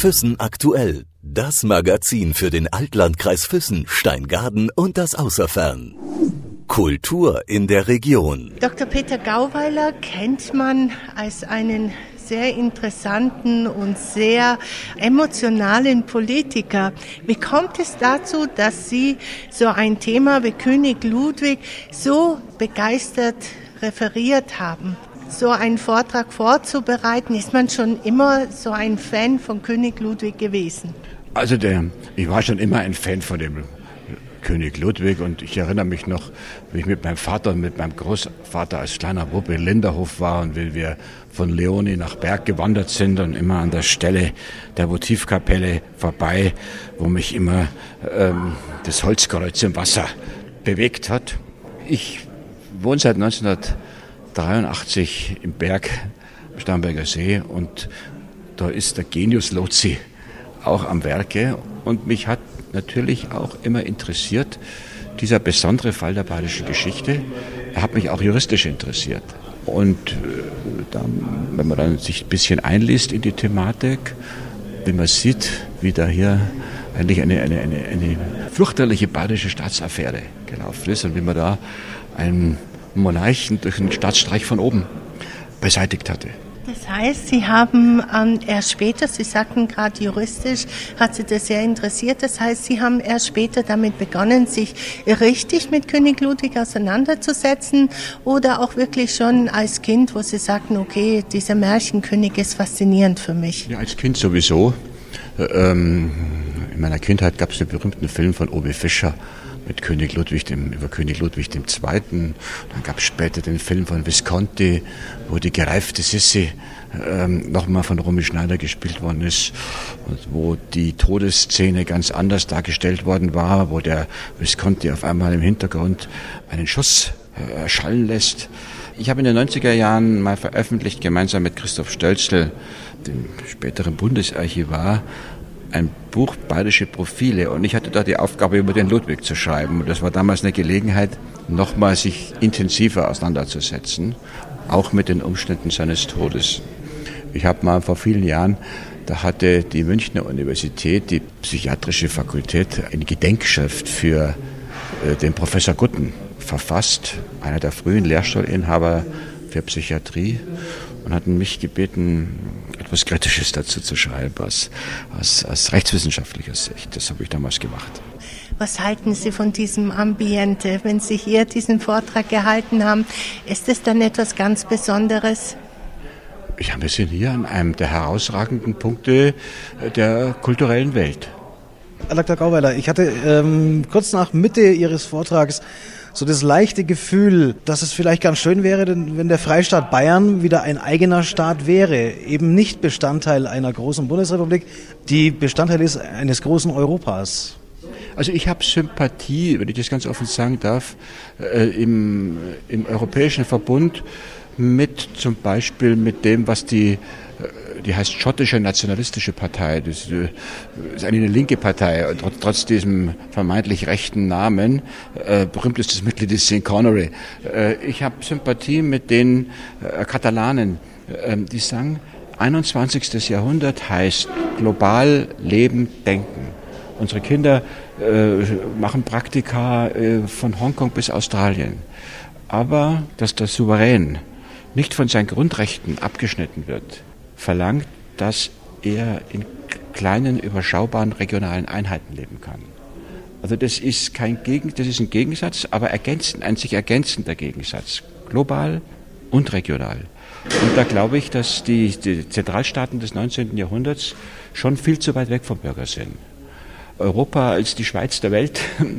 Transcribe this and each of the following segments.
Füssen aktuell. Das Magazin für den Altlandkreis Füssen, Steingaden und das Außerfern. Kultur in der Region. Dr. Peter Gauweiler kennt man als einen sehr interessanten und sehr emotionalen Politiker. Wie kommt es dazu, dass Sie so ein Thema wie König Ludwig so begeistert referiert haben? So einen Vortrag vorzubereiten, ist man schon immer so ein Fan von König Ludwig gewesen? Also ich war schon immer ein Fan von dem König Ludwig und ich erinnere mich noch, wie ich mit meinem Vater und mit meinem Großvater als kleiner Bub in Linderhof war und wie wir von Leoni nach Berg gewandert sind und immer an der Stelle der Votivkapelle vorbei, wo mich immer das Holzkreuz im Wasser bewegt hat. Ich wohne seit 1983 im Berg, am Starnberger See, und da ist der Genius Lozi auch am Werke, und mich hat natürlich auch immer interessiert dieser besondere Fall der badischen Geschichte. Er hat mich auch juristisch interessiert. Und wenn man dann sich ein bisschen einliest in die Thematik, wenn man sieht, wie da hier eigentlich eine fürchterliche badische Staatsaffäre gelaufen ist und wie man da einen Monarchen durch einen Staatsstreich von oben beseitigt hatte. Das heißt, Sie haben erst später, Sie sagten gerade juristisch, hat Sie das sehr interessiert, das heißt, Sie haben erst später damit begonnen, sich richtig mit König Ludwig auseinanderzusetzen oder auch wirklich schon als Kind, wo Sie sagten, okay, dieser Märchenkönig ist faszinierend für mich? Ja, als Kind sowieso. In meiner Kindheit gab es den berühmten Film von Obi Fischer mit König Ludwig, über König Ludwig II. Dann gab es später den Film von Visconti, wo die gereifte Sissi nochmal von Romy Schneider gespielt worden ist und wo die Todesszene ganz anders dargestellt worden war, wo der Visconti auf einmal im Hintergrund einen Schuss erschallen lässt. Ich habe in den 90er Jahren mal veröffentlicht, gemeinsam mit Christoph Stölzl, dem späteren Bundesarchivar, ein Buch Badische Profile, und ich hatte da die Aufgabe, über den Ludwig zu schreiben, und das war damals eine Gelegenheit, nochmal sich intensiver auseinanderzusetzen, auch mit den Umständen seines Todes. Ich habe mal vor vielen Jahren, da hatte die Münchner Universität, die psychiatrische Fakultät, eine Gedenkschrift für den Professor Gutten verfasst, einer der frühen Lehrstuhlinhaber für Psychiatrie, und hatten mich gebeten, etwas Kritisches dazu zu schreiben, aus rechtswissenschaftlicher Sicht. Das habe ich damals gemacht. Was halten Sie von diesem Ambiente, wenn Sie hier diesen Vortrag gehalten haben? Ist es dann etwas ganz Besonderes? Ja, wir sind hier an einem der herausragenden Punkte der kulturellen Welt. Herr Dr. Gauweiler, ich hatte kurz nach Mitte Ihres Vortrags so das leichte Gefühl, dass es vielleicht ganz schön wäre, wenn der Freistaat Bayern wieder ein eigener Staat wäre, eben nicht Bestandteil einer großen Bundesrepublik, die Bestandteil ist eines großen Europas. Also ich habe Sympathie, wenn ich das ganz offen sagen darf, im Europäischen Verbund mit zum Beispiel mit dem, was die heißt Schottische Nationalistische Partei. Das ist eigentlich eine linke Partei, trotz diesem vermeintlich rechten Namen. Berühmtestes Mitglied ist Sean Connery. Ich habe Sympathie mit den Katalanen, die sagen, 21. Jahrhundert heißt global leben, denken. Unsere Kinder machen Praktika von Hongkong bis Australien. Aber dass der Souverän nicht von seinen Grundrechten abgeschnitten wird, verlangt, dass er in kleinen, überschaubaren regionalen Einheiten leben kann. Also das ist ein Gegensatz, aber ein sich ergänzender Gegensatz, global und regional. Und da glaube ich, dass die Zentralstaaten des 19. Jahrhunderts schon viel zu weit weg vom Bürger sind. Europa als die Schweiz der Welt,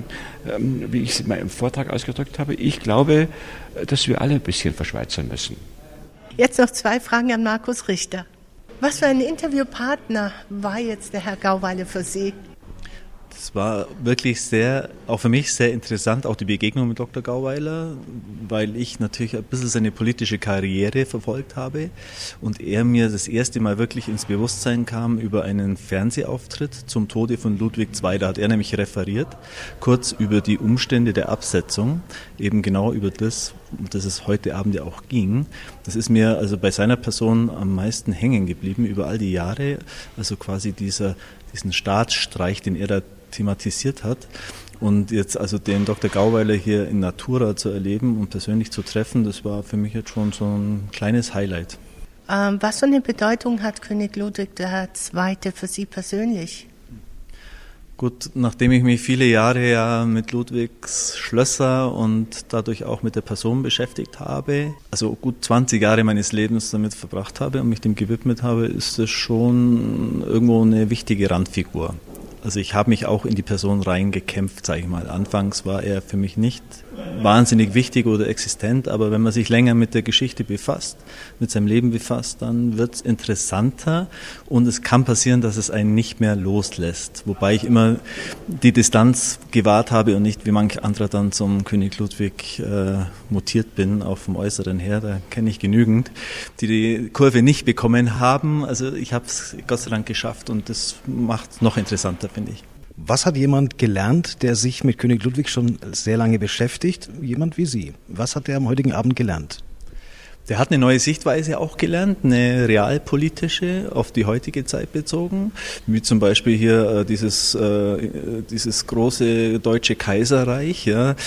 wie ich es mal im Vortrag ausgedrückt habe, ich glaube, dass wir alle ein bisschen verschweizern müssen. Jetzt noch 2 Fragen an Markus Richter. Was für ein Interviewpartner war jetzt der Herr Gauweiler für Sie? Das war wirklich auch für mich sehr interessant, auch die Begegnung mit Dr. Gauweiler, weil ich natürlich ein bisschen seine politische Karriere verfolgt habe und er mir das erste Mal wirklich ins Bewusstsein kam über einen Fernsehauftritt zum Tode von Ludwig II. Da hat er nämlich referiert, kurz über die Umstände der Absetzung, eben genau über das, um das es heute Abend ja auch ging, das ist mir also bei seiner Person am meisten hängen geblieben über all die Jahre. Also quasi diesen Staatsstreich, den er da thematisiert hat. Und jetzt also den Dr. Gauweiler hier in Natura zu erleben und persönlich zu treffen, das war für mich jetzt schon so ein kleines Highlight. Was für eine Bedeutung hat König Ludwig II. Für Sie persönlich? Gut, nachdem ich mich viele Jahre ja mit Ludwigs Schlösser und dadurch auch mit der Person beschäftigt habe, also gut 20 Jahre meines Lebens damit verbracht habe und mich dem gewidmet habe, ist es schon irgendwo eine wichtige Randfigur. Also ich habe mich auch in die Person reingekämpft, sage ich mal. Anfangs war er für mich nicht wahnsinnig wichtig oder existent, aber wenn man sich länger mit der Geschichte befasst, mit seinem Leben befasst, dann wird es interessanter und es kann passieren, dass es einen nicht mehr loslässt. Wobei ich immer die Distanz gewahrt habe und nicht wie manch anderer dann zum König Ludwig mutiert bin, auch vom Äußeren her, da kenne ich genügend, die Kurve nicht bekommen haben. Also ich habe es Gott sei Dank geschafft und das macht es noch interessanter, finde ich. Was hat jemand gelernt, der sich mit König Ludwig schon sehr lange beschäftigt? Jemand wie Sie. Was hat er am heutigen Abend gelernt? Der hat eine neue Sichtweise auch gelernt, eine realpolitische, auf die heutige Zeit bezogen, wie zum Beispiel hier dieses große deutsche Kaiserreich. Ja.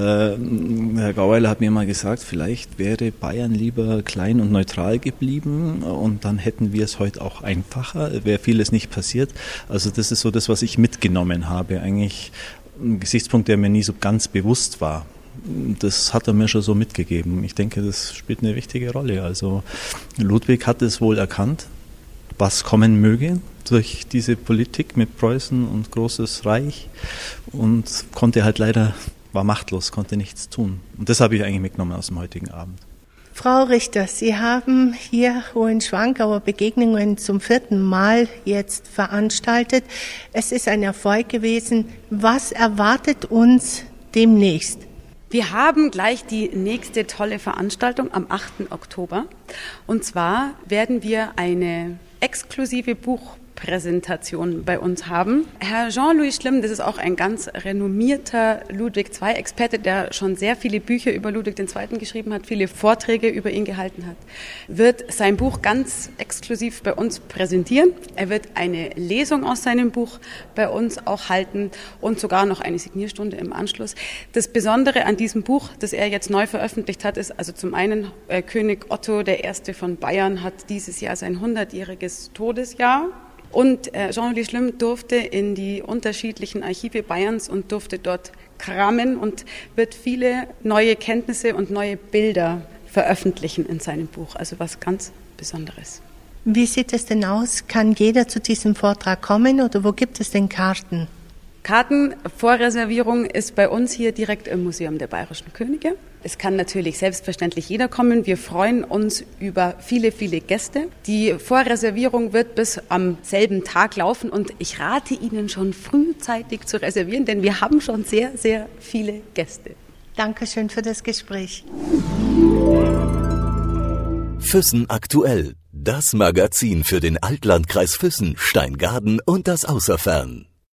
Herr Gauweiler hat mir mal gesagt, vielleicht wäre Bayern lieber klein und neutral geblieben und dann hätten wir es heute auch einfacher, wäre vieles nicht passiert. Also das ist so das, was ich mitgenommen habe, eigentlich ein Gesichtspunkt, der mir nie so ganz bewusst war. Das hat er mir schon so mitgegeben. Ich denke, das spielt eine wichtige Rolle. Also Ludwig hat es wohl erkannt, was kommen möge durch diese Politik mit Preußen und großes Reich und konnte halt leider, war machtlos, konnte nichts tun. Und das habe ich eigentlich mitgenommen aus dem heutigen Abend. Frau Richter, Sie haben hier Hohenschwangauer Begegnungen zum 4. Mal jetzt veranstaltet. Es ist ein Erfolg gewesen. Was erwartet uns demnächst? Wir haben gleich die nächste tolle Veranstaltung am 8. Oktober. Und zwar werden wir eine exklusive Buchpräsentation bei uns haben. Herr Jean-Louis Schlimm, das ist auch ein ganz renommierter Ludwig II-Experte, der schon sehr viele Bücher über Ludwig II. Geschrieben hat, viele Vorträge über ihn gehalten hat, wird sein Buch ganz exklusiv bei uns präsentieren. Er wird eine Lesung aus seinem Buch bei uns auch halten und sogar noch eine Signierstunde im Anschluss. Das Besondere an diesem Buch, das er jetzt neu veröffentlicht hat, ist also zum einen König Otto I. von Bayern hat dieses Jahr sein 100-jähriges Todesjahr. Und Jean-Louis Schlimm durfte in die unterschiedlichen Archive Bayerns und durfte dort kramen und wird viele neue Kenntnisse und neue Bilder veröffentlichen in seinem Buch. Also was ganz Besonderes. Wie sieht es denn aus? Kann jeder zu diesem Vortrag kommen oder wo gibt es denn Karten? Kartenvorreservierung ist bei uns hier direkt im Museum der Bayerischen Könige. Es kann natürlich selbstverständlich jeder kommen. Wir freuen uns über viele, viele Gäste. Die Vorreservierung wird bis am selben Tag laufen und ich rate Ihnen schon frühzeitig zu reservieren, denn wir haben schon sehr, sehr viele Gäste. Dankeschön für das Gespräch. Füssen aktuell. Das Magazin für den Altlandkreis Füssen, Steingaden und das Außerfern.